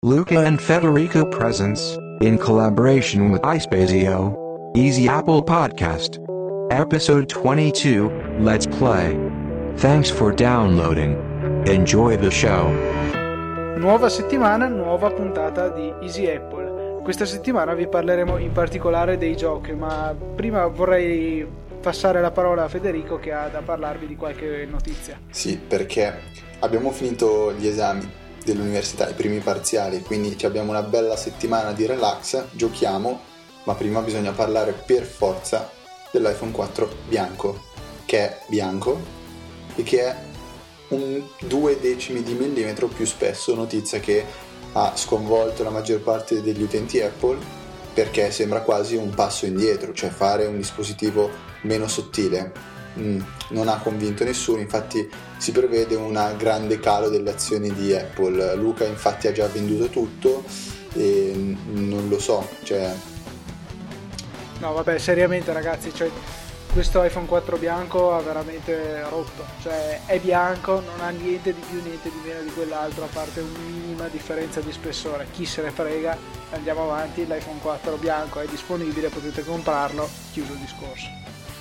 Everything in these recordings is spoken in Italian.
Luca and Federico presents, in collaboration with iSpazio, Easy Apple Podcast. Episode 22, Let's Play. Thanks for downloading. Enjoy the show. Nuova settimana, nuova puntata di Easy Apple. Questa settimana vi parleremo in particolare dei giochi, ma prima vorrei passare la parola a Federico che ha da parlarvi di qualche notizia. Sì, perché abbiamo finito gli esami dell'università, i primi parziali, quindi abbiamo una bella settimana di relax, giochiamo, ma prima bisogna parlare per forza dell'iPhone 4 bianco, che è bianco e che è un 0,2 di millimetro più spesso, notizia che ha sconvolto la maggior parte degli utenti Apple perché sembra quasi un passo indietro, cioè fare un dispositivo meno sottile. Non ha convinto nessuno, infatti si prevede un grande calo delle azioni di Apple. Luca infatti ha già venduto tutto e non lo so, cioè... No vabbè, seriamente ragazzi, cioè, questo iPhone 4 bianco ha veramente rotto, cioè è bianco, non ha niente di più, niente di meno di quell'altro, a parte una minima differenza di spessore. Chi se ne frega, andiamo avanti, l'iPhone 4 bianco è disponibile, potete comprarlo, chiuso il discorso.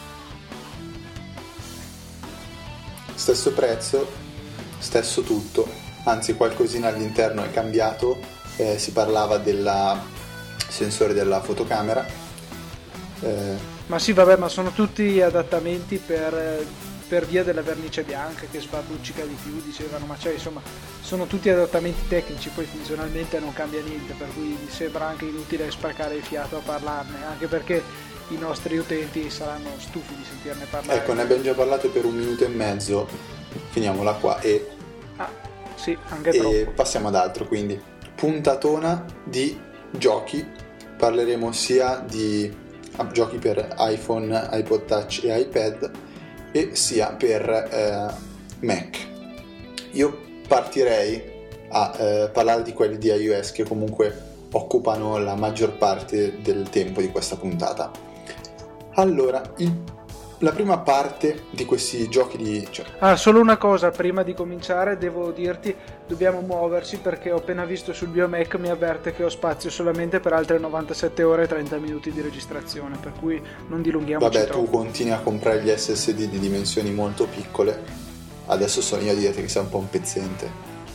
Stesso prezzo, stesso tutto, anzi qualcosina all'interno è cambiato, si parlava del sensore della fotocamera. Ma sì vabbè, ma sono tutti adattamenti per via della vernice bianca che sbarluccica di più, dicevano, ma cioè insomma sono tutti adattamenti tecnici, poi funzionalmente non cambia niente, per cui mi sembra anche inutile sprecare il fiato a parlarne, anche perché i nostri utenti saranno stufi di sentirne parlare. Ecco, ne abbiamo già parlato per 1 minuto e mezzo, finiamola qua sì, anche troppo. E passiamo ad altro, quindi puntatona di giochi, parleremo sia di giochi per iPhone, iPod Touch e iPad e sia per Mac. Io partirei a parlare di quelli di iOS che comunque occupano la maggior parte del tempo di questa puntata. Allora, la prima parte di questi giochi solo una cosa, prima di cominciare devo dirti, dobbiamo muoverci perché ho appena visto sul mio Mac, mi avverte che ho spazio solamente per altre 97 ore e 30 minuti di registrazione, per cui non dilunghiamoci troppo. Tu continui a comprare gli SSD di dimensioni molto piccole, adesso sono io a dirti che sei un po' un pezzente.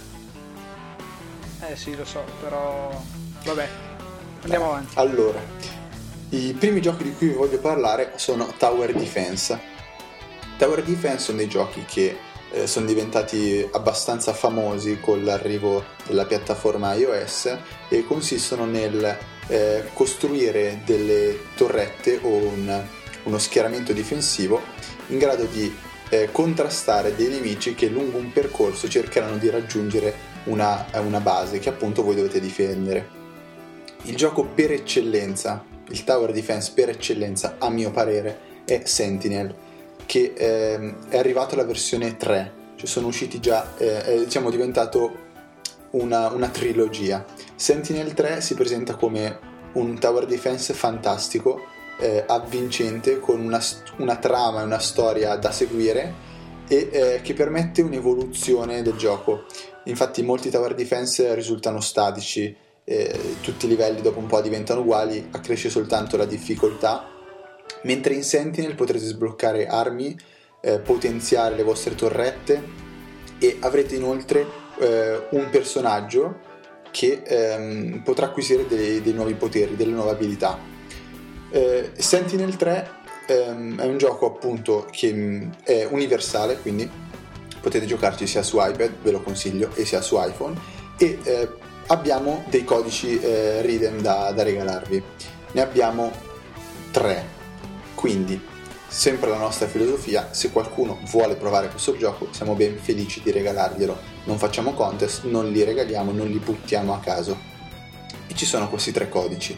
Sì, lo so, però vabbè, andiamo avanti. Allora, i primi giochi di cui vi voglio parlare sono Tower Defense. Tower Defense sono dei giochi che sono diventati abbastanza famosi con l'arrivo della piattaforma iOS e consistono nel costruire delle torrette o uno schieramento difensivo in grado di contrastare dei nemici che lungo un percorso cercheranno di raggiungere una base che appunto voi dovete difendere. Il gioco per eccellenza, il Tower Defense per eccellenza a mio parere è Sentinel, che è arrivato alla versione 3, cioè sono usciti già, è diventato una trilogia. Sentinel 3 si presenta come un Tower Defense fantastico, avvincente, con una trama e una storia da seguire e che permette un'evoluzione del gioco. Infatti molti Tower Defense risultano statici, tutti i livelli dopo un po' diventano uguali, accresce soltanto la difficoltà, mentre in Sentinel potrete sbloccare armi, potenziare le vostre torrette e avrete inoltre un personaggio che potrà acquisire dei nuovi poteri, delle nuove abilità. Sentinel 3 è un gioco appunto che è universale, quindi potete giocarci sia su iPad, ve lo consiglio, e sia su iPhone, e abbiamo dei codici Redeem da regalarvi. Ne abbiamo 3, quindi sempre la nostra filosofia: se qualcuno vuole provare questo gioco siamo ben felici di regalarglielo, non facciamo contest, non li regaliamo, non li buttiamo a caso. E ci sono questi 3 codici.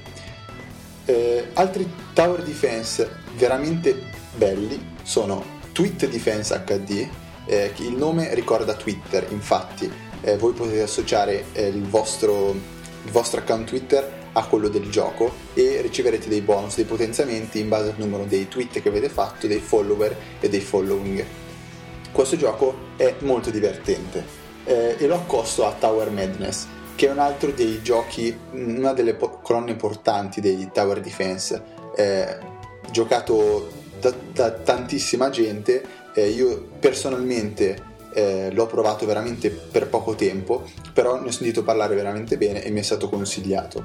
Altri Tower Defense veramente belli sono Tweet Defense HD, il nome ricorda Twitter, infatti voi potete associare il vostro account Twitter a quello del gioco e riceverete dei bonus, dei potenziamenti in base al numero dei tweet che avete fatto, dei follower e dei following. Questo gioco è molto divertente e lo accosto a Tower Madness. che è un altro dei giochi, una delle colonne portanti dei Tower Defense, giocato da tantissima gente. Io personalmente l'ho provato veramente per poco tempo, però ne ho sentito parlare veramente bene e mi è stato consigliato.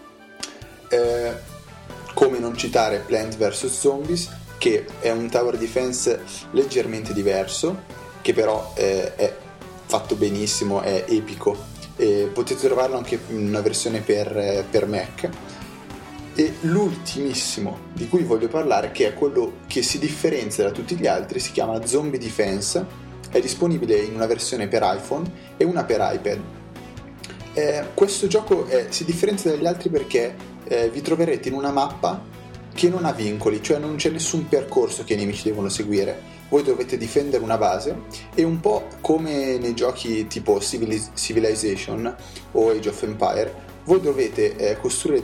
Come non citare Plants vs Zombies, che è un Tower Defense leggermente diverso, che però è fatto benissimo, è epico, e potete trovarlo anche in una versione per Mac. E l'ultimissimo di cui voglio parlare, che è quello che si differenzia da tutti gli altri, si chiama Zombie Defense. È disponibile in una versione per iPhone e una per iPad. Questo gioco si differenzia dagli altri perché vi troverete in una mappa che non ha vincoli, cioè non c'è nessun percorso che i nemici devono seguire. Voi dovete difendere una base, e un po' come nei giochi tipo Civilization o Age of Empire, voi dovete costruire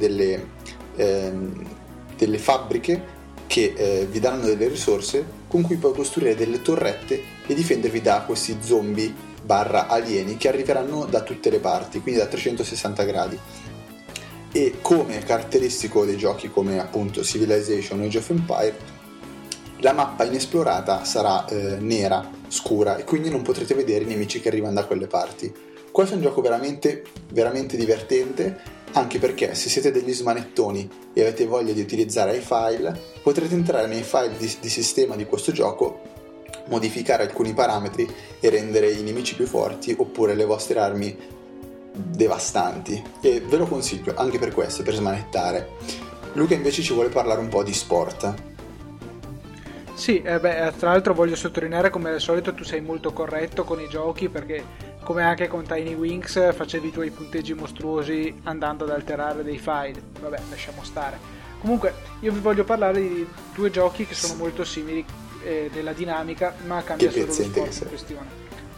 delle fabbriche che vi danno delle risorse con cui poi costruire delle torrette e difendervi da questi zombie / alieni che arriveranno da tutte le parti, quindi da 360 gradi. E come caratteristico dei giochi come appunto Civilization o Age of Empire, la mappa inesplorata sarà nera, scura, e quindi non potrete vedere i nemici che arrivano da quelle parti. Questo è un gioco veramente, veramente divertente, anche perché se siete degli smanettoni e avete voglia di utilizzare i file, potrete entrare nei file di sistema di questo gioco, modificare alcuni parametri e rendere i nemici più forti, oppure le vostre armi devastanti. E ve lo consiglio anche per questo, per smanettare. Luca invece ci vuole parlare un po' di sport. Sì, tra l'altro voglio sottolineare come al solito tu sei molto corretto con i giochi, perché come anche con Tiny Wings facevi i tuoi punteggi mostruosi andando ad alterare dei file. Vabbè, lasciamo stare. Comunque io vi voglio parlare di due giochi che sono molto simili nella dinamica, ma cambia solo lo sport in questione.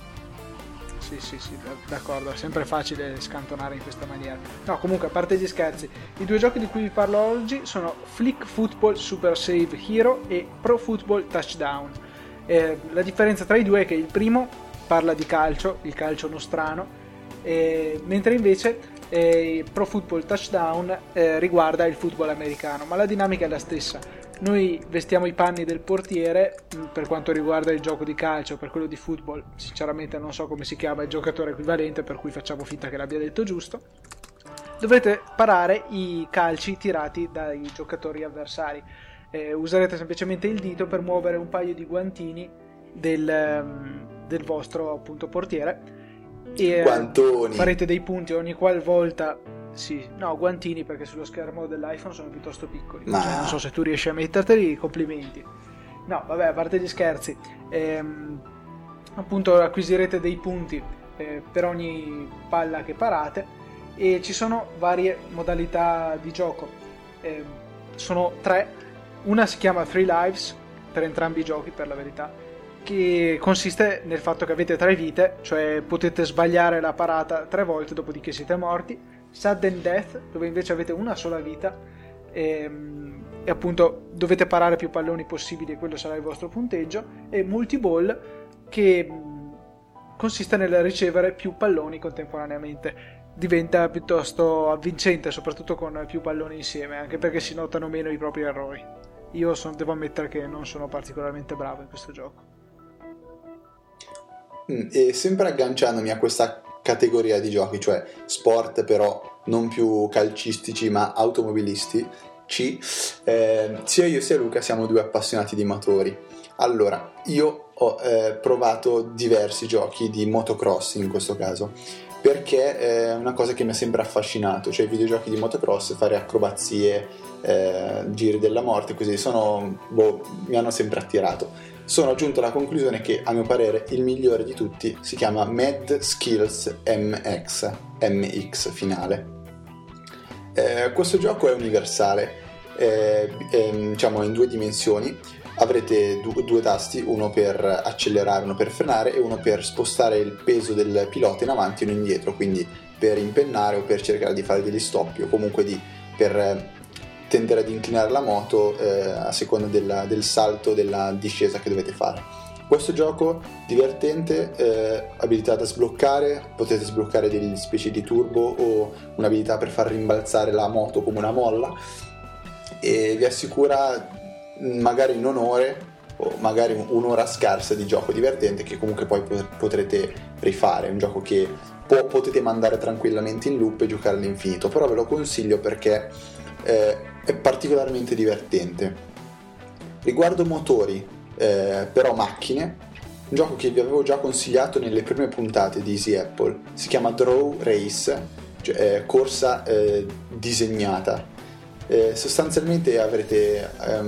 Sì, d'accordo, è sempre facile scantonare in questa maniera. No, comunque, a parte gli scherzi, i due giochi di cui vi parlo oggi sono Flick Football Super Save Hero e Pro Football Touchdown. La differenza tra i due è che il primo parla di calcio, il calcio nostrano, mentre invece Pro Football Touchdown riguarda il football americano, ma la dinamica è la stessa. Noi vestiamo i panni del portiere per quanto riguarda il gioco di calcio. Per quello di football sinceramente non so come si chiama il giocatore equivalente, per cui facciamo finta che l'abbia detto giusto. Dovrete parare i calci tirati dai giocatori avversari. Userete semplicemente il dito per muovere un paio di guantini del vostro appunto portiere, e farete dei punti ogni qualvolta. Sì, no, guantini, perché sullo schermo dell'iPhone sono piuttosto piccoli. Cioè, non so se tu riesci a metterteli, complimenti. No, vabbè, a parte gli scherzi, appunto acquisirete dei punti per ogni palla che parate, e ci sono varie modalità di gioco. Sono 3. Una si chiama 3 Lives per entrambi i giochi, per la verità, che consiste nel fatto che avete 3 vite, cioè potete sbagliare la parata 3 volte, dopodiché siete morti. Sudden Death, dove invece avete una sola vita e appunto dovete parare più palloni possibili, e quello sarà il vostro punteggio. E Multi-Ball, che consiste nel ricevere più palloni contemporaneamente. Diventa piuttosto avvincente, soprattutto con più palloni insieme, anche perché si notano meno i propri errori. Io devo ammettere che non sono particolarmente bravo in questo gioco. E sempre agganciandomi a questa categoria di giochi, cioè sport però non più calcistici ma automobilisti, sia io sia Luca siamo 2 appassionati di motori. Allora, io ho provato diversi giochi di motocross in questo caso, perché è una cosa che mi ha sempre affascinato, cioè i videogiochi di motocross, fare acrobazie, giri della morte, così mi hanno sempre attirato. Sono giunto alla conclusione che, a mio parere, il migliore di tutti si chiama Mad Skills MX finale. Questo gioco è universale, diciamo in 2 dimensioni. Avrete 2 tasti, uno per accelerare, uno per frenare, e uno per spostare il peso del pilota in avanti o in indietro, quindi per impennare o per cercare di fare degli stoppi, o comunque per tendere ad inclinare la moto a seconda del salto, della discesa che dovete fare. Questo gioco divertente, abilità da sbloccare, potete sbloccare delle specie di turbo o un'abilità per far rimbalzare la moto come una molla, e vi assicura magari non ore o magari un'ora scarsa di gioco divertente che comunque poi potrete rifare. È un gioco che potete mandare tranquillamente in loop e giocare all'infinito, però ve lo consiglio perché è particolarmente divertente. Riguardo motori, però macchine, un gioco che vi avevo già consigliato nelle prime puntate di Easy Apple, si chiama Draw Race, cioè corsa disegnata. Sostanzialmente avrete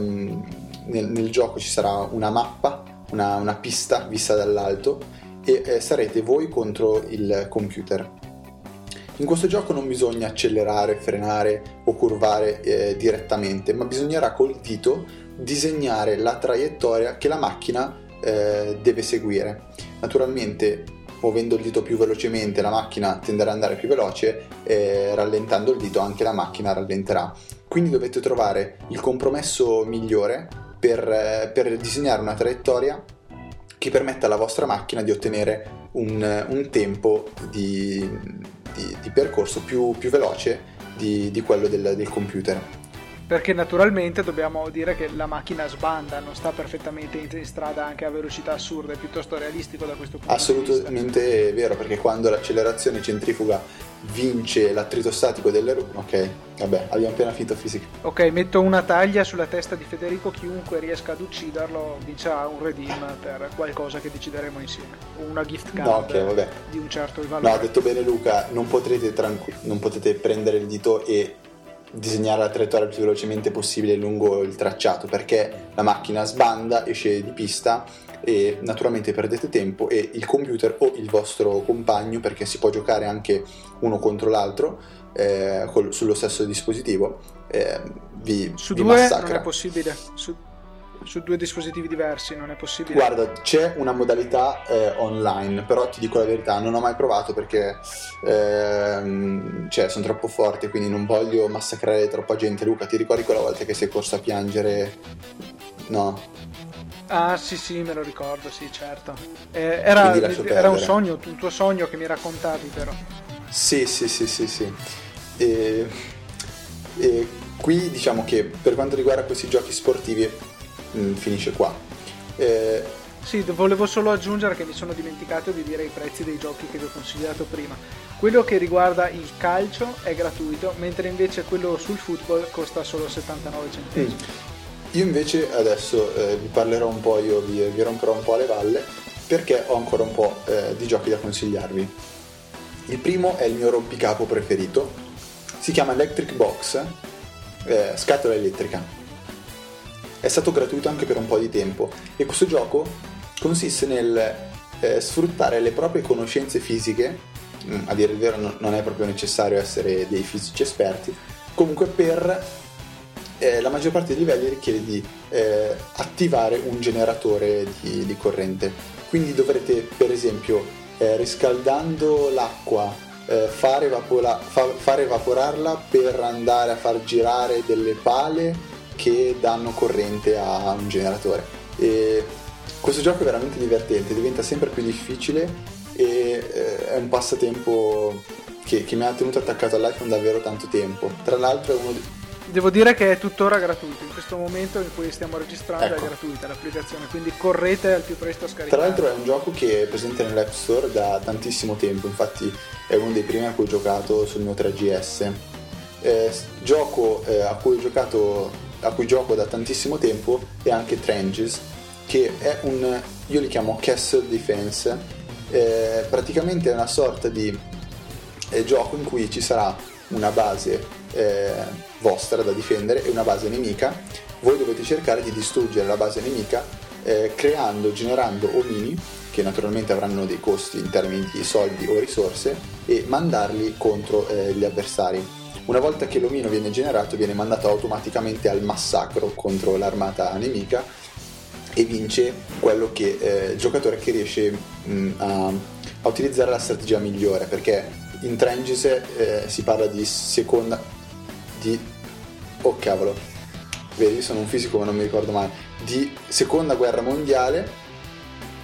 nel gioco ci sarà una mappa, una pista vista dall'alto, e sarete voi contro il computer. In questo gioco non bisogna accelerare, frenare o curvare direttamente, ma bisognerà col dito disegnare la traiettoria che la macchina deve seguire. Naturalmente, muovendo il dito più velocemente la macchina tenderà ad andare più veloce, rallentando il dito anche la macchina rallenterà. Quindi dovete trovare il compromesso migliore per disegnare una traiettoria che permetta alla vostra macchina di ottenere un tempo di percorso più veloce di quello del computer. Perché naturalmente dobbiamo dire che la macchina sbanda, non sta perfettamente in strada anche a velocità assurde, è piuttosto realistico da questo punto di vista. Assolutamente vero, perché quando l'accelerazione centrifuga vince l'attrito statico delle ruote. Ok, vabbè, abbiamo appena finito fisica. Ok, metto una taglia sulla testa di Federico, chiunque riesca ad ucciderlo vincerà un redeem per qualcosa che decideremo insieme, o una gift card di un certo valore. No, ha detto bene Luca, non potete prendere il dito e disegnare la traiettoria il più velocemente possibile lungo il tracciato, perché la macchina sbanda, esce di pista e naturalmente perdete tempo, e il computer o il vostro compagno, perché si può giocare anche uno contro l'altro sullo stesso dispositivo, vi massacra. Non è possibile, su due dispositivi diversi non è possibile. Guarda, c'è una modalità online, però ti dico la verità, non ho mai provato perché sono troppo forte, quindi non voglio massacrare troppa gente. Luca, ti ricordi quella volta che sei corso a piangere? No? Ah sì, me lo ricordo, sì, certo. Era un sogno, un tuo sogno che mi raccontavi, però. Sì. E qui diciamo che per quanto riguarda questi giochi sportivi finisce qua. Sì, volevo solo aggiungere che mi sono dimenticato di dire i prezzi dei giochi che vi ho consigliato prima. Quello che riguarda il calcio è gratuito, mentre invece quello sul football costa solo 79 centesimi. Io invece adesso vi parlerò un po', vi romperò un po' le balle, perché ho ancora un po' di giochi da consigliarvi. Il primo è il mio rompicapo preferito, si chiama Electric Box, scatola elettrica. È stato gratuito anche per un po' di tempo, e questo gioco consiste nel sfruttare le proprie conoscenze fisiche. A dire il vero non è proprio necessario essere dei fisici esperti, comunque per la maggior parte dei livelli richiede di attivare un generatore di corrente. Quindi dovrete, per esempio, riscaldando l'acqua, far evaporarla per andare a far girare delle pale che danno corrente a un generatore. E questo gioco è veramente divertente, diventa sempre più difficile e è un passatempo che mi ha tenuto attaccato all'iPhone davvero tanto tempo. Tra l'altro è uno Devo dire che è tuttora gratuito, in questo momento in cui stiamo registrando ecco. È gratuita l'applicazione, quindi correte al più presto a scaricare. Tra l'altro è un gioco che è presente nell'App Store da tantissimo tempo, infatti è uno dei primi a cui ho giocato sul mio 3GS. Gioco a cui gioco da tantissimo tempo è anche Trenches, che è io li chiamo Castle Defense. Praticamente è una sorta di gioco in cui ci sarà una base vostra da difendere e una base nemica. Voi dovete cercare di distruggere la base nemica generando omini che naturalmente avranno dei costi in termini di soldi o risorse, e mandarli contro gli avversari. Una volta che l'omino viene generato, viene mandato automaticamente al massacro contro l'armata nemica, e vince quello che il giocatore che riesce a utilizzare la strategia migliore, perché in Trenches si parla di oh cavolo, vedi, sono un fisico ma non mi ricordo mai, di seconda guerra mondiale,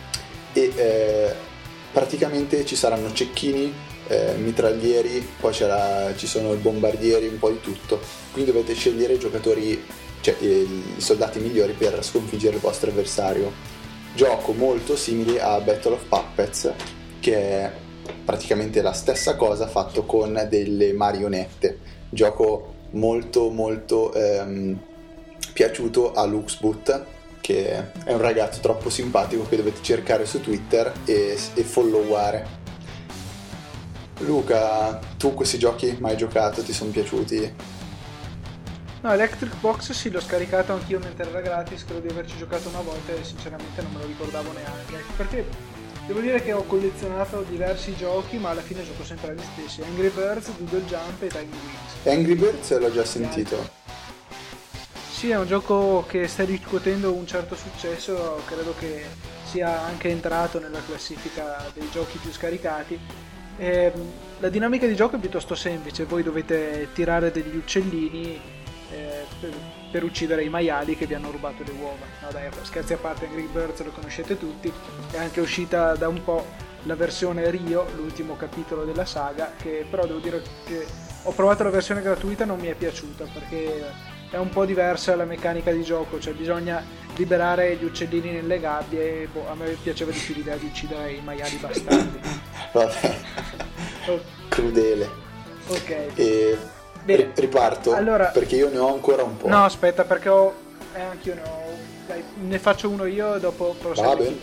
e praticamente ci saranno cecchini, mitraglieri, poi ci sono i bombardieri, un po' di tutto, quindi dovete scegliere i giocatori, cioè i soldati migliori per sconfiggere il vostro avversario. Gioco molto simile a Battle of Puppets, che è praticamente la stessa cosa fatto con delle marionette. Gioco molto molto piaciuto a Luxboot, che è un ragazzo troppo simpatico che dovete cercare su Twitter e followare. Luca, tu questi giochi mai giocato? Ti sono piaciuti? No, Electric Box sì, l'ho scaricato anch'io mentre era gratis, credo di averci giocato una volta e sinceramente non me lo ricordavo neanche, perché devo dire che ho collezionato diversi giochi ma alla fine gioco sempre agli stessi: Angry Birds, Doodle Jump e Tiny Wings. Angry Birds l'ho già sentito. Sì, è un gioco che sta riscuotendo un certo successo, credo che sia anche entrato nella classifica dei giochi più scaricati. La dinamica di gioco è piuttosto semplice: voi dovete tirare degli uccellini per uccidere i maiali che vi hanno rubato le uova. No dai, scherzi a parte, Angry Birds lo conoscete tutti, è anche uscita da un po' la versione Rio, l'ultimo capitolo della saga, che però devo dire che ho provato la versione gratuita, non mi è piaciuta perché è un po' diversa la meccanica di gioco, cioè bisogna liberare gli uccellini nelle gabbie e a me piaceva di più l'idea di uccidere i maiali bastardi. Vabbè, crudele. Ok. E riparto, allora, perché io ne ho ancora un po'. No, aspetta, perché anch'io ne ho. Dai, ne faccio uno io e dopo prosegui.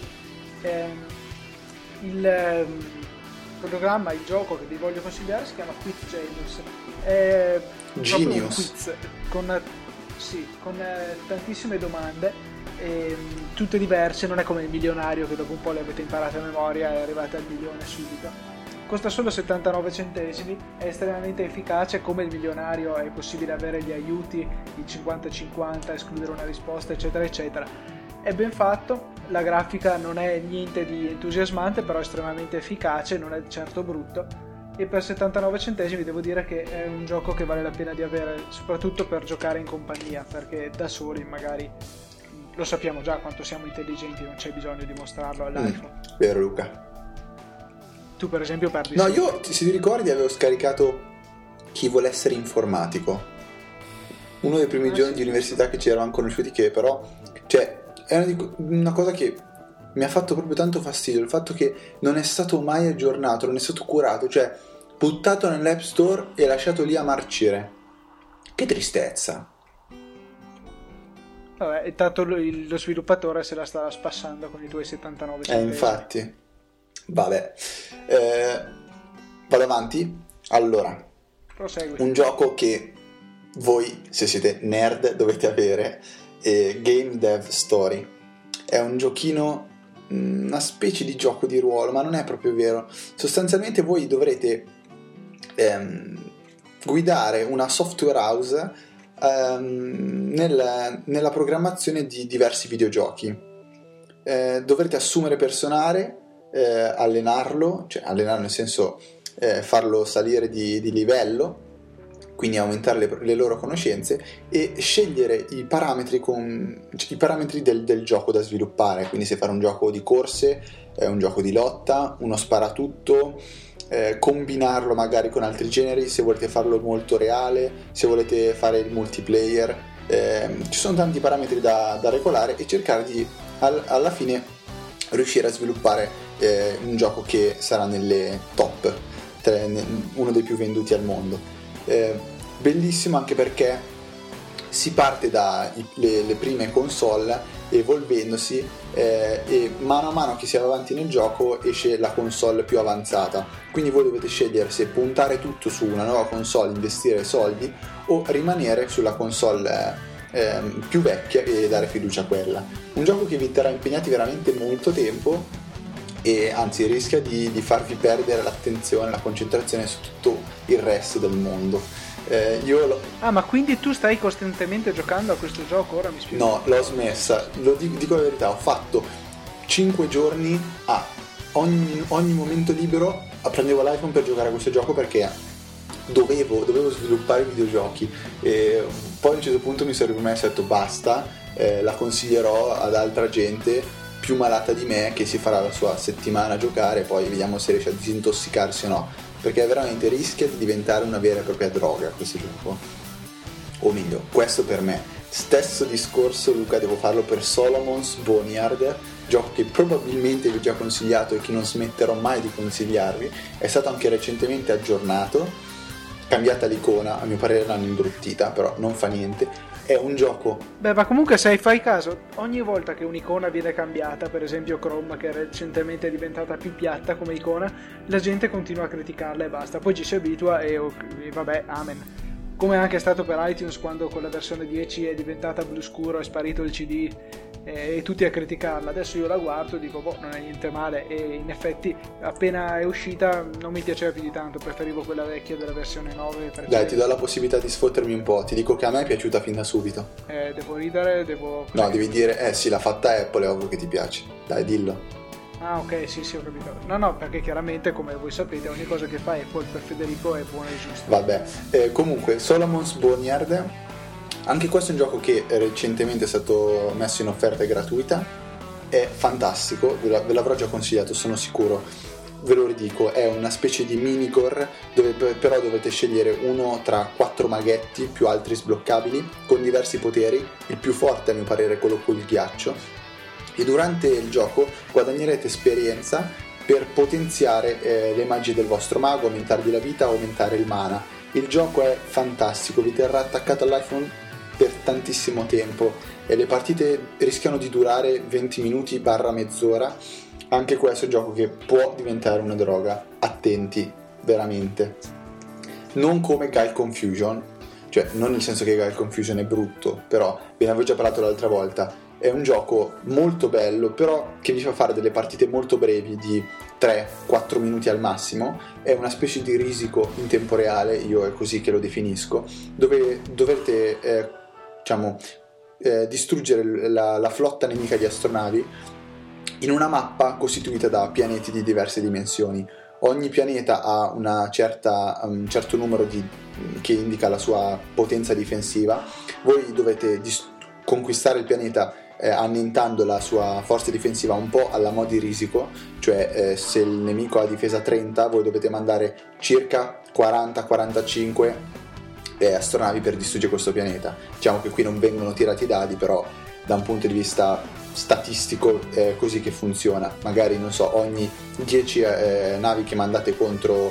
Il programma, il gioco che vi voglio consigliare si chiama Quiz Genius. È Genius. Un quiz con tantissime domande, tutte diverse, non è come il milionario che dopo un po' le avete imparate a memoria e arrivate al milione subito. Costa solo 79 centesimi, è estremamente efficace. Come il milionario è possibile avere gli aiuti, il 50-50, escludere una risposta, eccetera eccetera. È ben fatto, la grafica non è niente di entusiasmante, però è estremamente efficace, non è certo brutto, e per 79 centesimi devo dire che è un gioco che vale la pena di avere, soprattutto per giocare in compagnia, perché da soli magari lo sappiamo già quanto siamo intelligenti, non c'è bisogno di mostrarlo all'iPhone. Vero Luca. Tu per esempio perdi. No, io, se ti ricordi, avevo scaricato Chi vuole essere informatico, uno dei primi giorni di università che ci eravamo conosciuti, che però, cioè, è una cosa che mi ha fatto proprio tanto fastidio, il fatto che non è stato mai aggiornato, non è stato curato, cioè buttato nell'App Store e lasciato lì a marcire. Che tristezza. Vabbè, e tanto lo sviluppatore se la sta spassando con i tuoi 79 centesimi. Infatti. Vabbè, vado avanti. Allora, prosegui. Un gioco che voi, se siete nerd, dovete avere è Game Dev Story. È un giochino, una specie di gioco di ruolo, ma non è proprio vero. Sostanzialmente voi dovrete guidare una software house nella programmazione di diversi videogiochi. Dovrete assumere personale, allenarlo, cioè allenarlo nel senso farlo salire di livello, quindi aumentare le loro conoscenze, e scegliere i parametri del gioco da sviluppare, quindi se fare un gioco di corse, un gioco di lotta, uno sparatutto, combinarlo magari con altri generi, se volete farlo molto reale, se volete fare il multiplayer, ci sono tanti parametri da regolare e cercare di alla fine riuscire a sviluppare un gioco che sarà nelle top, uno dei più venduti al mondo. Bellissimo anche perché si parte dalle prime console, evolvendosi, e mano a mano che si va avanti nel gioco esce la console più avanzata, quindi voi dovete scegliere se puntare tutto su una nuova console, investire soldi, o rimanere sulla console più vecchia e dare fiducia a quella. Un gioco che vi terrà impegnati veramente molto tempo e anzi rischia di farvi perdere l'attenzione, la concentrazione su tutto il resto del mondo. Ma quindi tu stai costantemente giocando a questo gioco? Ora mi spiego. No, l'ho smessa, dico la verità, ho fatto 5 giorni ogni momento libero prendevo l'iPhone per giocare a questo gioco, perché dovevo sviluppare videogiochi, e poi a un certo punto mi sono rimesso e ho detto basta, la consiglierò ad altra gente, più malata di me che si farà la sua settimana a giocare e poi vediamo se riesce a disintossicarsi o no, perché veramente rischia di diventare una vera e propria droga questo gioco, o meglio, questo per me. Stesso discorso, Luca, devo farlo per Solomon's Boneyard, gioco che probabilmente vi ho già consigliato e che non smetterò mai di consigliarvi. È stato anche recentemente aggiornato, cambiata l'icona, a mio parere l'hanno imbruttita, però non fa niente. È un gioco... Beh, ma comunque se fai caso, ogni volta che un'icona viene cambiata, per esempio Chrome che recentemente è diventata più piatta come icona, la gente continua a criticarla e basta, poi ci si abitua e vabbè, amen. Come è anche stato per iTunes quando con la versione 10 è diventata blu scuro, è sparito il CD e tutti a criticarla. Adesso io la guardo e dico, non è niente male, e in effetti appena è uscita non mi piaceva più di tanto, preferivo quella vecchia della versione 9. Dai, ti do la possibilità di sfottermi un po', ti dico che a me è piaciuta fin da subito. Devo ridere, devo... No, devi dire, sì, l'ha fatta Apple, è ovvio che ti piace. Dai, dillo. Ah, ok, sì, ho capito. No, perché chiaramente, come voi sapete, ogni cosa che fa Apple per Federico è buona e giusta. Vabbè, comunque, Solomon's Boneyard, anche questo è un gioco che recentemente è stato messo in offerta gratuita, è fantastico, ve l'avrò già consigliato, sono sicuro, ve lo ridico, è una specie di minigore dove però dovete scegliere uno tra 4 maghetti più altri sbloccabili con diversi poteri, il più forte a mio parere è quello col ghiaccio, e durante il gioco guadagnerete esperienza per potenziare le magie del vostro mago, aumentargli la vita, aumentare il mana. Il gioco è fantastico, vi terrà attaccato all'iPhone per tantissimo tempo e le partite rischiano di durare 20 minuti / mezz'ora. Anche questo è un gioco che può diventare una droga, attenti, veramente. Non come Guile Confusion, cioè non nel senso che Guile Confusion è brutto, però ve ne avevo già parlato l'altra volta. È un gioco molto bello, però che vi fa fare delle partite molto brevi di 3-4 minuti al massimo. È una specie di risico in tempo reale, io è così che lo definisco, dove dovete distruggere la flotta nemica di astronavi in una mappa costituita da pianeti di diverse dimensioni. Ogni pianeta ha un certo numero che indica la sua potenza difensiva. Voi dovete conquistare il pianeta annientando la sua forza difensiva un po' alla modi risico, cioè se il nemico ha difesa 30 voi dovete mandare circa 40-45 astronavi per distruggere questo pianeta. Diciamo che qui non vengono tirati i dadi, però da un punto di vista statistico è così che funziona. Magari non so, ogni 10 navi che mandate contro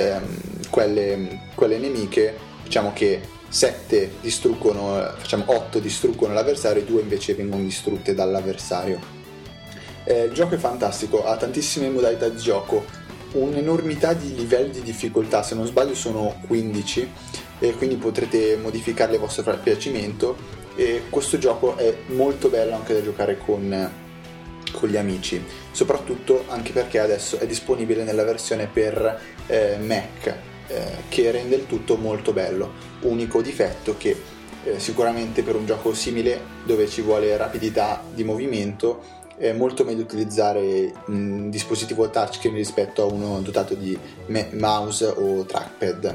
quelle nemiche, diciamo che 7 distruggono, 8 distruggono l'avversario e 2 invece vengono distrutte dall'avversario. Il gioco è fantastico, ha tantissime modalità di gioco, un'enormità di livelli di difficoltà, se non sbaglio sono 15, e quindi potrete modificarli a vostro piacimento, e questo gioco è molto bello anche da giocare con gli amici, soprattutto anche perché adesso è disponibile nella versione per Mac, che rende il tutto molto bello. Unico difetto che sicuramente per un gioco simile dove ci vuole rapidità di movimento è molto meglio utilizzare un dispositivo touchscreen rispetto a uno dotato di mouse o trackpad.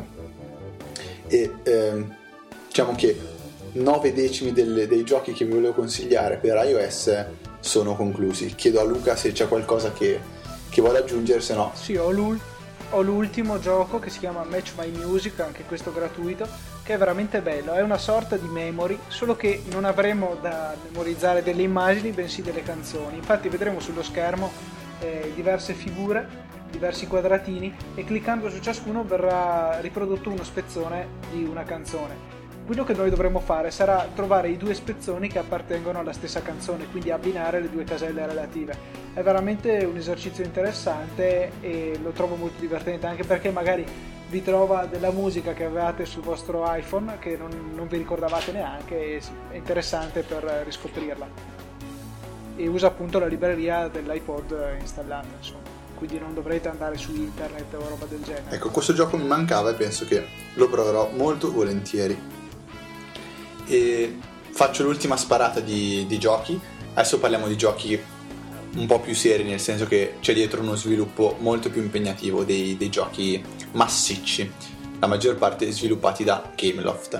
E diciamo che 9 decimi dei giochi che vi volevo consigliare per iOS sono conclusi. Chiedo a Luca se c'è qualcosa che vuole aggiungere, se no... Sì, ho l'ultimo gioco che si chiama Match My Music, anche questo gratuito, che è veramente bello. È una sorta di memory, solo che non avremo da memorizzare delle immagini, bensì delle canzoni. Infatti vedremo sullo schermo diverse figure, diversi quadratini, e cliccando su ciascuno verrà riprodotto uno spezzone di una canzone. Quello che noi dovremo fare sarà trovare i 2 spezzoni che appartengono alla stessa canzone, quindi abbinare le 2 caselle relative. È veramente un esercizio interessante e lo trovo molto divertente, anche perché magari vi trova della musica che avevate sul vostro iPhone che non vi ricordavate neanche, e è interessante per riscoprirla. E usa appunto la libreria dell'iPod installata, insomma. Quindi non dovrete andare su internet o roba del genere. Ecco, questo gioco mi mancava e penso che lo proverò molto volentieri. E faccio l'ultima sparata di giochi. Adesso parliamo di giochi un po' più seri, nel senso che c'è dietro uno sviluppo molto più impegnativo dei giochi massicci, la maggior parte sviluppati da Gameloft.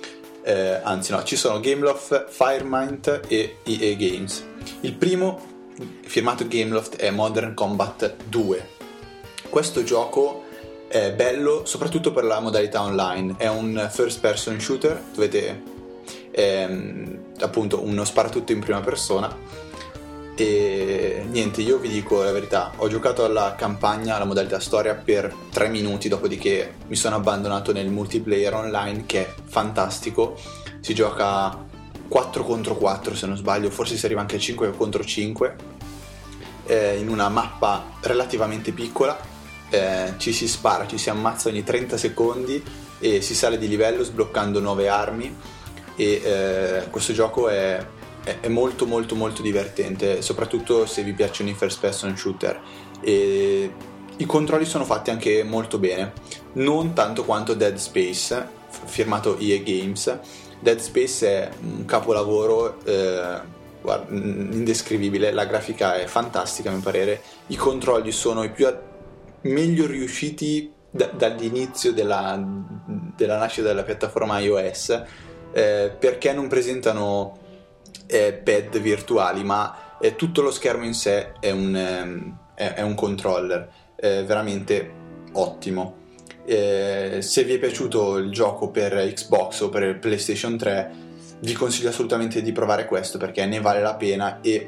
Anzi no, ci sono Gameloft, Firemind e EA Games. Il primo firmato Gameloft, è Modern Combat 2. Questo gioco è bello soprattutto per la modalità online, è un first person shooter, dovete appunto uno sparatutto in prima persona. E niente, io vi dico la verità, ho giocato alla campagna, alla modalità storia per 3 minuti, dopodiché mi sono abbandonato nel multiplayer online, che è fantastico. Si gioca 4 contro 4 se non sbaglio, forse si arriva anche a 5 contro 5, in una mappa relativamente piccola. Ci si spara, ci si ammazza ogni 30 secondi e si sale di livello sbloccando nuove armi, e questo gioco è molto molto molto divertente, soprattutto se vi piacciono i first person shooter, e i controlli sono fatti anche molto bene, non tanto quanto Dead Space, firmato EA Games. Dead Space è un capolavoro, indescrivibile, la grafica è fantastica a mio parere, i controlli sono i più meglio riusciti dall'inizio della nascita della piattaforma iOS, perché non presentano pad virtuali, ma tutto lo schermo in sé è un controller veramente ottimo. Se vi è piaciuto il gioco per Xbox o per PlayStation 3, vi consiglio assolutamente di provare questo, perché ne vale la pena e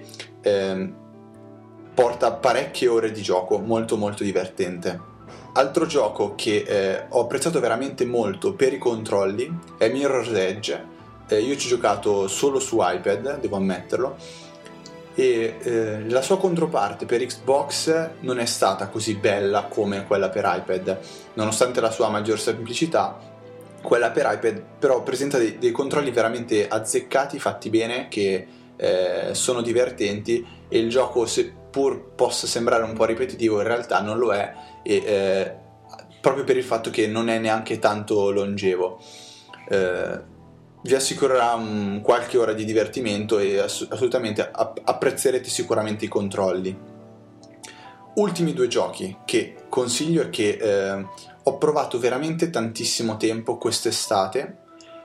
porta parecchie ore di gioco, molto molto divertente. Altro gioco che ho apprezzato veramente molto per i controlli è Mirror's Edge. Io ci ho giocato solo su iPad, devo ammetterlo, e la sua controparte per Xbox non è stata così bella come quella per iPad, nonostante la sua maggior semplicità. Quella per iPad però presenta dei controlli veramente azzeccati, fatti bene, che sono divertenti, e il gioco, seppur possa sembrare un po' ripetitivo, in realtà non lo è, e proprio per il fatto che non è neanche tanto longevo. Vi assicurerà qualche ora di divertimento e assolutamente apprezzerete sicuramente i controlli. Ultimi 2 giochi che consiglio e che ho provato veramente tantissimo tempo quest'estate,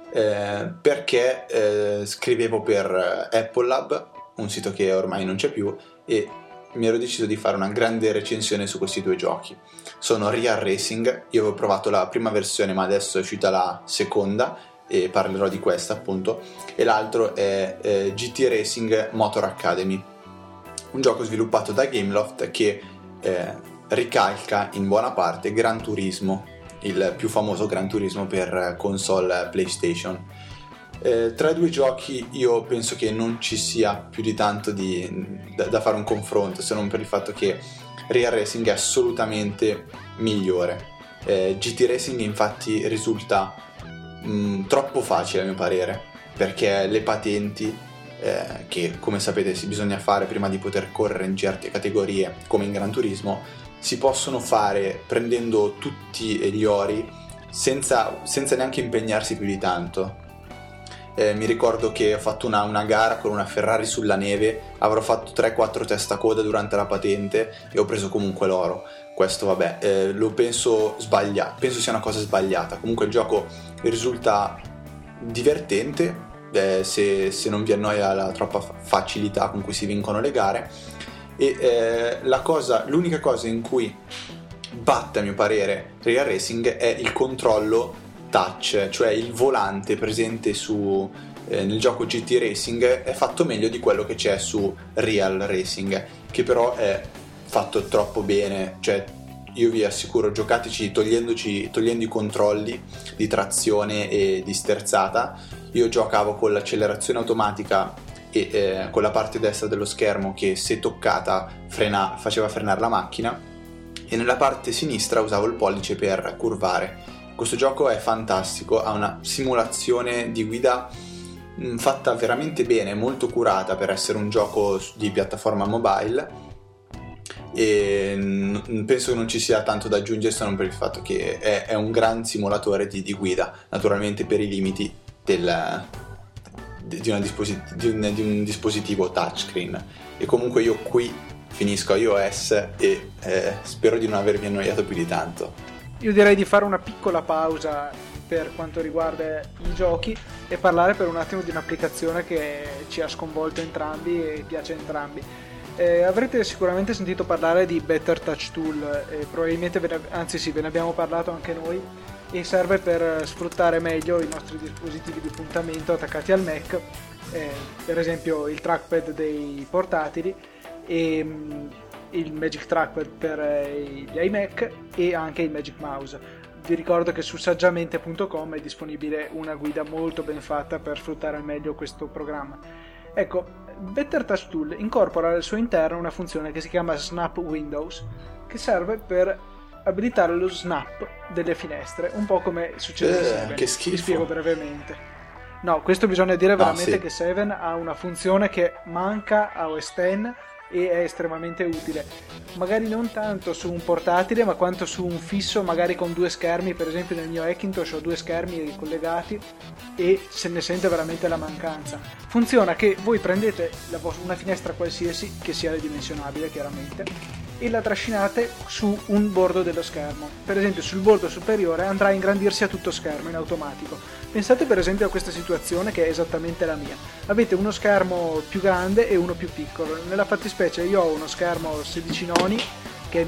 perché scrivevo per Apple Lab, un sito che ormai non c'è più, e mi ero deciso di fare una grande recensione su questi 2 giochi. Sono Real Racing, io avevo provato la prima versione ma adesso è uscita la seconda e parlerò di questa appunto, e l'altro è GT Racing Motor Academy, un gioco sviluppato da Gameloft che ricalca in buona parte Gran Turismo, il più famoso Gran Turismo per console PlayStation. Tra i 2 giochi io penso che non ci sia più di tanto da fare un confronto, se non per il fatto che Real Racing è assolutamente migliore. GT Racing infatti risulta troppo facile a mio parere, perché le patenti che come sapete bisogna fare prima di poter correre in certe categorie come in Gran Turismo si possono fare prendendo tutti gli ori senza neanche impegnarsi più di tanto. Mi ricordo che ho fatto una gara con una Ferrari sulla neve, avrò fatto 3-4 testacoda durante la patente e ho preso comunque l'oro. Questo vabbè, lo penso sbagliato, penso sia una cosa sbagliata. Comunque il gioco risulta divertente, se non vi annoia la troppa facilità con cui si vincono le gare, e l'unica cosa in cui batte a mio parere Real Racing è il controllo touch, cioè il volante presente nel gioco GT Racing è fatto meglio di quello che c'è su Real Racing, che però è fatto troppo bene. Cioè io vi assicuro, giocateci togliendo i controlli di trazione e di sterzata. Io giocavo con l'accelerazione automatica e con la parte destra dello schermo che se toccata faceva frenare la macchina, e nella parte sinistra usavo il pollice per curvare. Questo gioco è fantastico, ha una simulazione di guida fatta veramente bene, molto curata per essere un gioco di piattaforma mobile, e penso che non ci sia tanto da aggiungere se non per il fatto che è un gran simulatore di guida, naturalmente per i limiti di un dispositivo touchscreen. E comunque io qui finisco iOS e spero di non avervi annoiato più di tanto. Io direi di fare una piccola pausa per quanto riguarda i giochi e parlare per un attimo di un'applicazione che ci ha sconvolto entrambi e piace a entrambi. Avrete sicuramente sentito parlare di Better Touch Tool, probabilmente ve ne abbiamo parlato anche noi, e serve per sfruttare meglio i nostri dispositivi di puntamento attaccati al Mac, per esempio il trackpad dei portatili e il Magic Trackpad per gli iMac e anche il Magic Mouse. Vi ricordo che su saggiamente.com è disponibile una guida molto ben fatta per sfruttare al meglio questo programma. Ecco, Better Touch Tool incorpora al suo interno una funzione che si chiama Snap Windows, che serve per abilitare lo snap delle finestre, un po' come succede in Seven. Che schifo. Vi spiego brevemente. No, questo bisogna dire veramente che Seven ha una funzione che manca a OS X e è estremamente utile, magari non tanto su un portatile ma quanto su un fisso, magari con 2 schermi. Per esempio nel mio Hackintosh ho 2 schermi collegati e se ne sente veramente la mancanza. Funziona che voi prendete una finestra qualsiasi che sia ridimensionabile chiaramente e la trascinate su un bordo dello schermo. Per esempio sul bordo superiore andrà a ingrandirsi a tutto schermo in automatico. Pensate per esempio a questa situazione che è esattamente la mia. Avete uno schermo più grande e uno più piccolo. Nella fattispecie io ho uno schermo 16 noni che è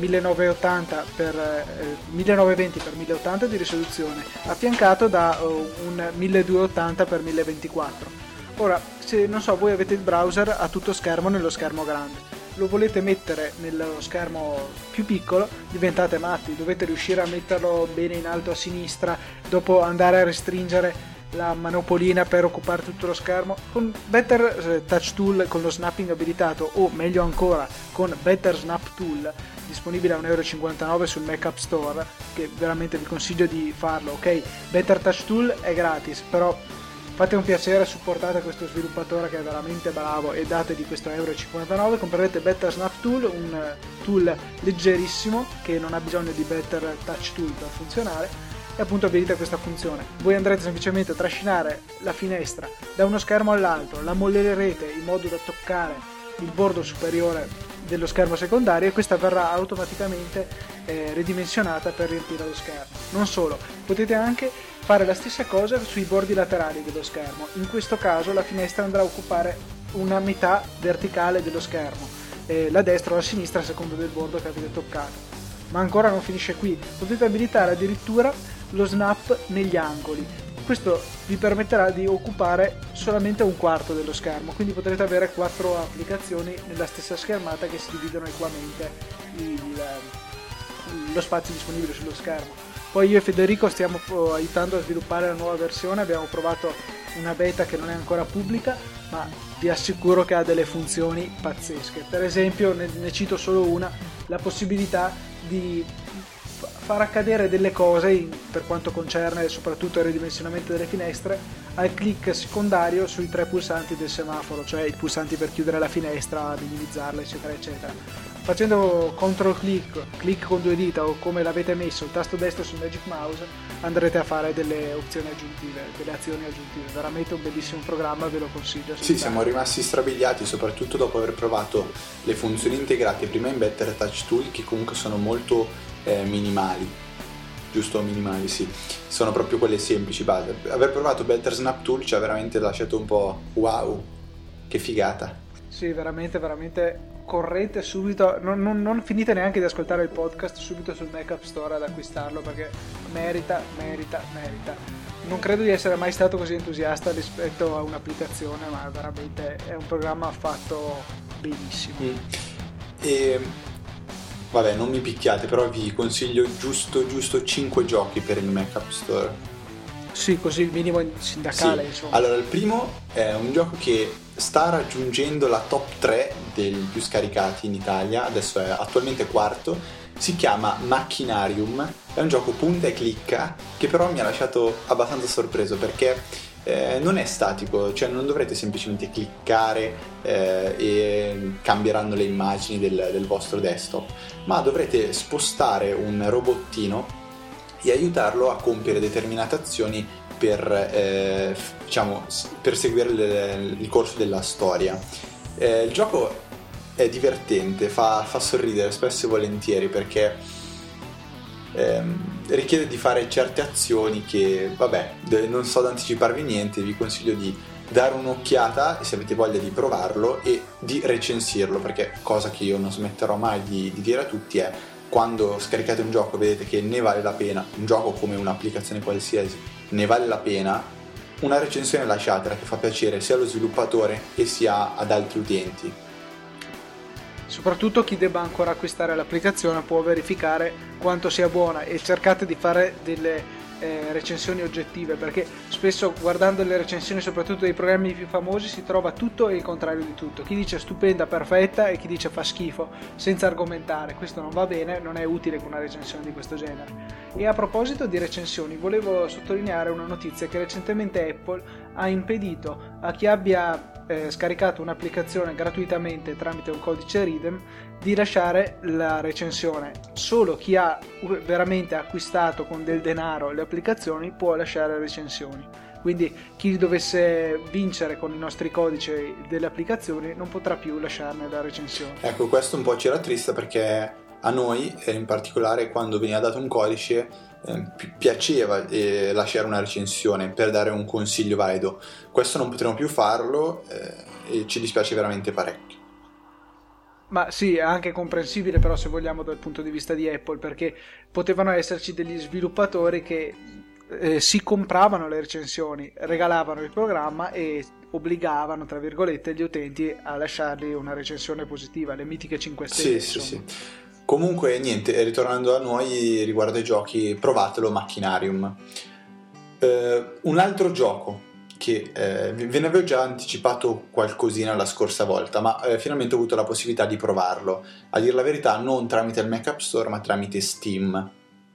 1920 x 1080 di risoluzione, affiancato da un 1280 x 1024. Ora, se non so, voi avete il browser a tutto schermo nello schermo grande, lo volete mettere nello schermo più piccolo, diventate matti, dovete riuscire a metterlo bene in alto a sinistra, dopo andare a restringere la manopolina per occupare tutto lo schermo. Con Better Touch Tool, con lo snapping abilitato, o meglio ancora con Better Snap Tool, disponibile a €1,59 sul Mac App Store, che veramente vi consiglio di farlo. Ok, Better Touch Tool è gratis, però fate un piacere, supportate questo sviluppatore che è veramente bravo e dategli questo €1,59. Comprerete Better Snap Tool, un tool leggerissimo che non ha bisogno di Better Touch Tool per funzionare, e appunto abilita questa funzione. Voi andrete semplicemente a trascinare la finestra da uno schermo all'altro, la mollerete in modo da toccare il bordo superiore dello schermo secondario e questa verrà automaticamente ridimensionata per riempire lo schermo. Non solo, potete anche fare la stessa cosa sui bordi laterali dello schermo. In questo caso la finestra andrà a occupare una metà verticale dello schermo, la destra o la sinistra a seconda del bordo che avete toccato. Ma ancora non finisce qui, potete abilitare addirittura lo snap negli angoli. Questo vi permetterà di occupare solamente un quarto dello schermo, quindi potrete avere 4 applicazioni nella stessa schermata che si dividono equamente lo spazio disponibile sullo schermo. Poi io e Federico stiamo aiutando a sviluppare la nuova versione, abbiamo provato una beta che non è ancora pubblica, ma vi assicuro che ha delle funzioni pazzesche. Per esempio, ne cito solo una, la possibilità di far accadere delle cose per quanto concerne soprattutto il ridimensionamento delle finestre al click secondario sui 3 pulsanti del semaforo, cioè i pulsanti per chiudere la finestra, minimizzarla, eccetera eccetera. Facendo control click con 2 dita o come l'avete messo il tasto destro sul Magic Mouse, andrete a fare delle opzioni aggiuntive, delle azioni aggiuntive. Veramente un bellissimo programma, ve lo consiglio. Sì, siamo rimasti strabiliati soprattutto dopo aver provato le funzioni integrate prima in Better Touch Tool, che comunque sono molto minimali, giusto? Minimali, sì, sono proprio quelle semplici base. Aver provato Better Snap Tool ci ha veramente lasciato un po' wow, che figata. Sì, veramente veramente correte subito, non finite neanche di ascoltare il podcast, subito sul Mac App Store ad acquistarlo, perché merita. Non credo di essere mai stato così entusiasta rispetto a un'applicazione, ma veramente è un programma fatto benissimo. E vabbè, non mi picchiate, però vi consiglio giusto 5 giochi per il Mac App Store. Sì, così il minimo sindacale, sì. Insomma. Allora, il primo è un gioco che sta raggiungendo la top 3 dei più scaricati in Italia, adesso è attualmente quarto, si chiama Machinarium, è un gioco punta e clicca che però mi ha lasciato abbastanza sorpreso perché non è statico, cioè non dovrete semplicemente cliccare e cambieranno le immagini del vostro desktop, ma dovrete spostare un robottino e aiutarlo a compiere determinate azioni per seguire il corso della storia. Il gioco è divertente, fa sorridere spesso e volentieri perché richiede di fare certe azioni che, vabbè, non so da anticiparvi niente, vi consiglio di dare un'occhiata, e se avete voglia di provarlo e di recensirlo, perché cosa che io non smetterò mai di dire a tutti è: quando scaricate un gioco e vedete che ne vale la pena, un gioco come un'applicazione qualsiasi ne vale la pena, una recensione lasciatela, che fa piacere sia allo sviluppatore e sia ad altri utenti. Soprattutto chi debba ancora acquistare l'applicazione può verificare quanto sia buona, e cercate di fare delle recensioni oggettive, perché spesso guardando le recensioni soprattutto dei programmi più famosi si trova tutto e il contrario di tutto. Chi dice stupenda, perfetta, e chi dice fa schifo, senza argomentare. Questo non va bene, non è utile con una recensione di questo genere. E a proposito di recensioni, volevo sottolineare una notizia: che recentemente Apple ha impedito a chi abbia scaricato un'applicazione gratuitamente tramite un codice Redeem di lasciare la recensione. Solo chi ha veramente acquistato con del denaro le applicazioni può lasciare recensioni. Quindi chi dovesse vincere con i nostri codici delle applicazioni non potrà più lasciarne la recensione. Ecco, questo un po' ci rattrista, perché a noi, in particolare quando veniva dato un codice, piaceva lasciare una recensione per dare un consiglio valido. Questo non potremo più farlo, e ci dispiace veramente parecchio. Ma sì, è anche comprensibile però, se vogliamo, dal punto di vista di Apple, perché potevano esserci degli sviluppatori che si compravano le recensioni, regalavano il programma e obbligavano, tra virgolette, gli utenti a lasciargli una recensione positiva, le mitiche 5 stelle. Sì. Comunque niente, ritornando a noi riguardo ai giochi, provatelo, Machinarium. Un altro gioco che ve ne avevo già anticipato qualcosina la scorsa volta, ma finalmente ho avuto la possibilità di provarlo, a dir la verità non tramite il Mac App Store ma tramite Steam.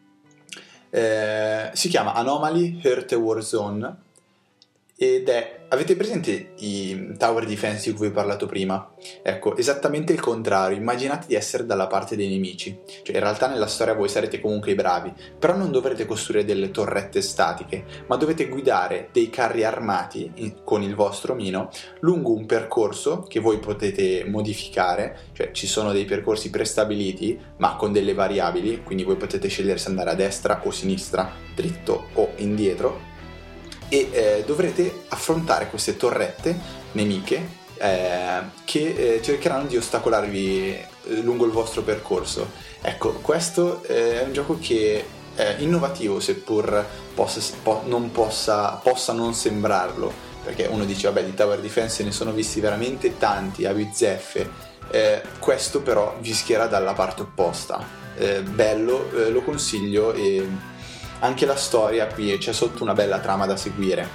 Si chiama Anomaly Earth Warzone ed è, avete presente i tower defense di cui vi ho parlato prima? Ecco, esattamente il contrario. Immaginate di essere dalla parte dei nemici, cioè in realtà nella storia voi sarete comunque i bravi, però non dovrete costruire delle torrette statiche, ma dovete guidare dei carri armati con il vostro omino lungo un percorso che voi potete modificare, cioè ci sono dei percorsi prestabiliti ma con delle variabili, quindi voi potete scegliere se andare a destra o sinistra, dritto o indietro, e dovrete affrontare queste torrette nemiche che cercheranno di ostacolarvi lungo il vostro percorso. Ecco, questo è un gioco che è innovativo, seppur possa non sembrarlo, perché uno dice vabbè, di tower defense ne sono visti veramente tanti a bizzeffe, questo però vi schiera dalla parte opposta. Bello, lo consiglio, e anche la storia qui c'è sotto una bella trama da seguire.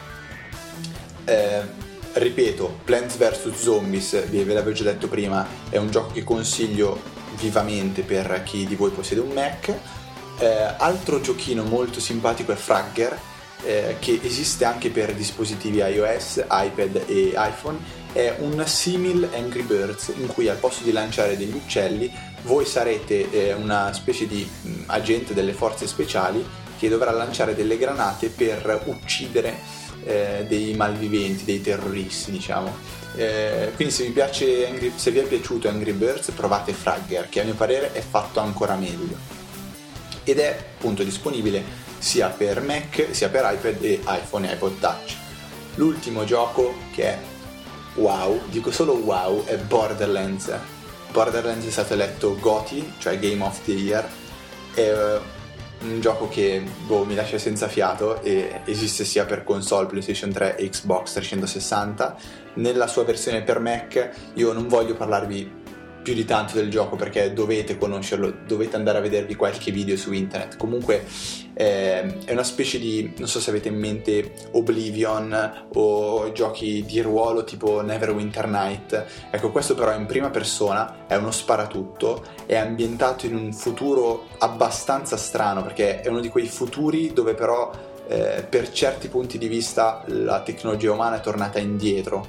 Ripeto, Plants vs Zombies, ve l'avevo già detto prima, è un gioco che consiglio vivamente per chi di voi possiede un Mac. Altro giochino molto simpatico è Fragger, che esiste anche per dispositivi iOS, iPad e iPhone. È un simil Angry Birds, in cui al posto di lanciare degli uccelli voi sarete una specie di agente delle forze speciali che dovrà lanciare delle granate per uccidere dei malviventi, dei terroristi, diciamo. Quindi se vi è piaciuto Angry Birds, provate Fragger, che a mio parere è fatto ancora meglio, ed è appunto disponibile sia per Mac sia per iPad e iPhone e iPod Touch. L'ultimo gioco, che è wow, dico solo wow, è Borderlands. Borderlands è stato eletto GOTY, cioè Game of the Year. È un gioco che mi lascia senza fiato, e esiste sia per console, PlayStation 3 e Xbox 360. Nella sua versione per Mac io non voglio parlarvi più di tanto del gioco, perché dovete conoscerlo, dovete andare a vedervi qualche video su internet. Comunque è una specie di, non so se avete in mente Oblivion o giochi di ruolo tipo Neverwinter Night. Ecco, questo però è in prima persona, è uno sparatutto, è ambientato in un futuro abbastanza strano, perché è uno di quei futuri dove però per certi punti di vista la tecnologia umana è tornata indietro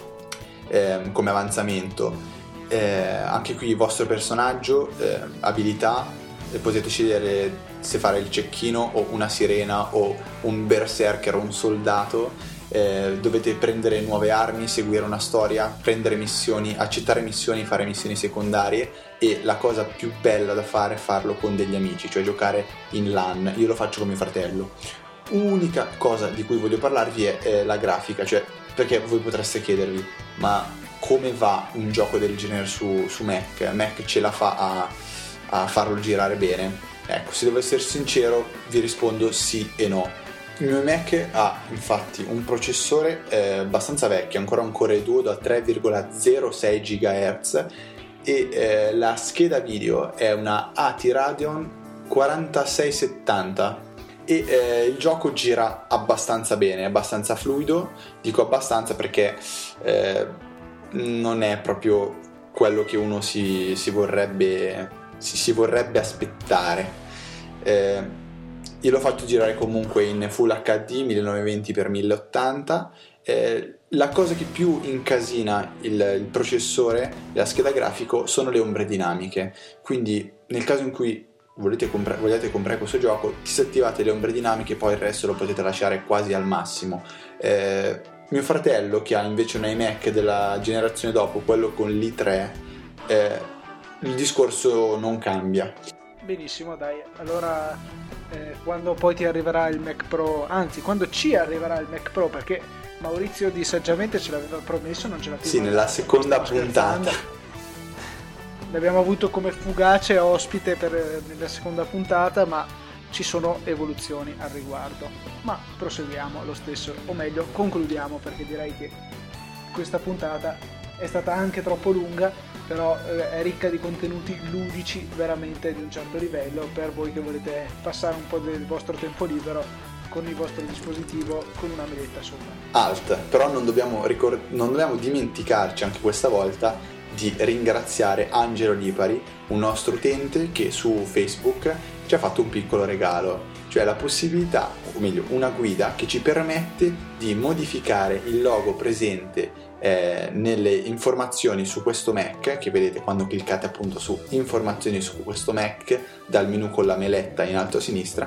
come avanzamento. Anche qui il vostro personaggio, abilità, potete scegliere se fare il cecchino o una sirena o un berserker o un soldato. Dovete prendere nuove armi, seguire una storia, prendere missioni, accettare missioni, fare missioni secondarie, e la cosa più bella da fare è farlo con degli amici, cioè giocare in LAN. Io lo faccio con mio fratello. Unica cosa di cui voglio parlarvi è la grafica, cioè perché voi potreste chiedervi, ma come va un gioco del genere su Mac? Mac ce la fa a farlo girare bene? Ecco, se devo essere sincero vi rispondo sì e no. Il mio Mac ha infatti un processore abbastanza vecchio, ancora un Core 2 da 3,06 GHz e la scheda video è una ATI Radeon 4670 e il gioco gira abbastanza bene, è abbastanza fluido. Dico abbastanza perché non è proprio quello che uno si vorrebbe aspettare. Io l'ho fatto girare comunque in Full HD 1920x1080. La cosa che più incasina il processore e la scheda grafico sono le ombre dinamiche, quindi nel caso in cui vogliate comprare questo gioco, disattivate le ombre dinamiche, poi il resto lo potete lasciare quasi al massimo. Mio fratello, che ha invece un iMac della generazione dopo, quello con l'i3, il discorso non cambia. Benissimo, dai, allora quando poi ti arriverà il Mac Pro, anzi quando ci arriverà il Mac Pro, perché Maurizio di saggiamente ce l'aveva promesso, non ce l'ha più. Sì, nella seconda puntata l'abbiamo avuto come fugace ospite nella seconda puntata, ma ci sono evoluzioni al riguardo. Ma proseguiamo lo stesso, o meglio concludiamo, perché direi che questa puntata è stata anche troppo lunga, però è ricca di contenuti ludici veramente di un certo livello per voi che volete passare un po' del vostro tempo libero con il vostro dispositivo con una meletta sopra. Alt, però non dobbiamo dimenticarci anche questa volta di ringraziare Angelo Lipari, un nostro utente che su Facebook ci ha fatto un piccolo regalo, cioè la possibilità, o meglio una guida che ci permette di modificare il logo presente nelle informazioni su questo Mac, che vedete quando cliccate appunto su informazioni su questo Mac dal menu con la meletta in alto a sinistra.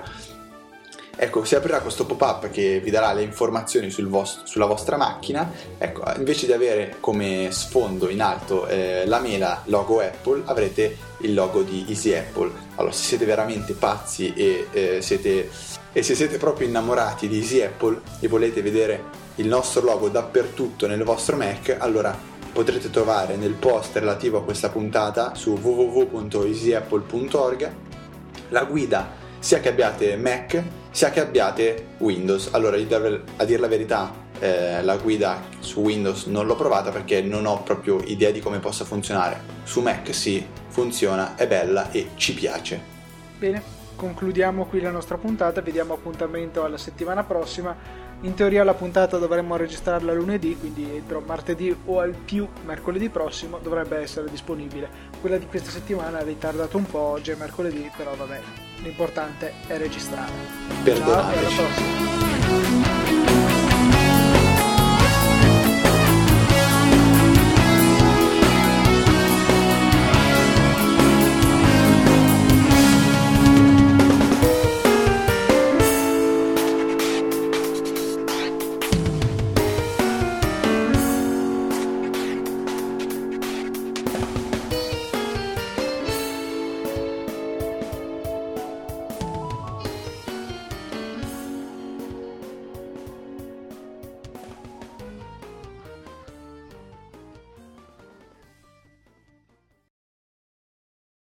Ecco, si aprirà questo pop-up che vi darà le informazioni sulla vostra macchina. Ecco, invece di avere come sfondo in alto la mela logo Apple, avrete il logo di Easy Apple. Allora, se siete veramente pazzi e se siete proprio innamorati di Easy Apple e volete vedere il nostro logo dappertutto nel vostro Mac, allora potrete trovare nel post relativo a questa puntata su www.easyapple.org la guida sia che abbiate Mac sia che abbiate Windows. Allora, a dir la verità, la guida su Windows non l'ho provata perché non ho proprio idea di come possa funzionare. Su Mac sì, funziona, è bella e ci piace. Bene, concludiamo qui la nostra puntata, vediamo appuntamento alla settimana prossima. In teoria la puntata dovremmo registrarla lunedì, quindi entro martedì o al più mercoledì prossimo dovrebbe essere disponibile. Quella di questa settimana ha ritardato un po', oggi è mercoledì, però vabbè, l'importante è registrare. Perdonateci. Ciao e alla prossima.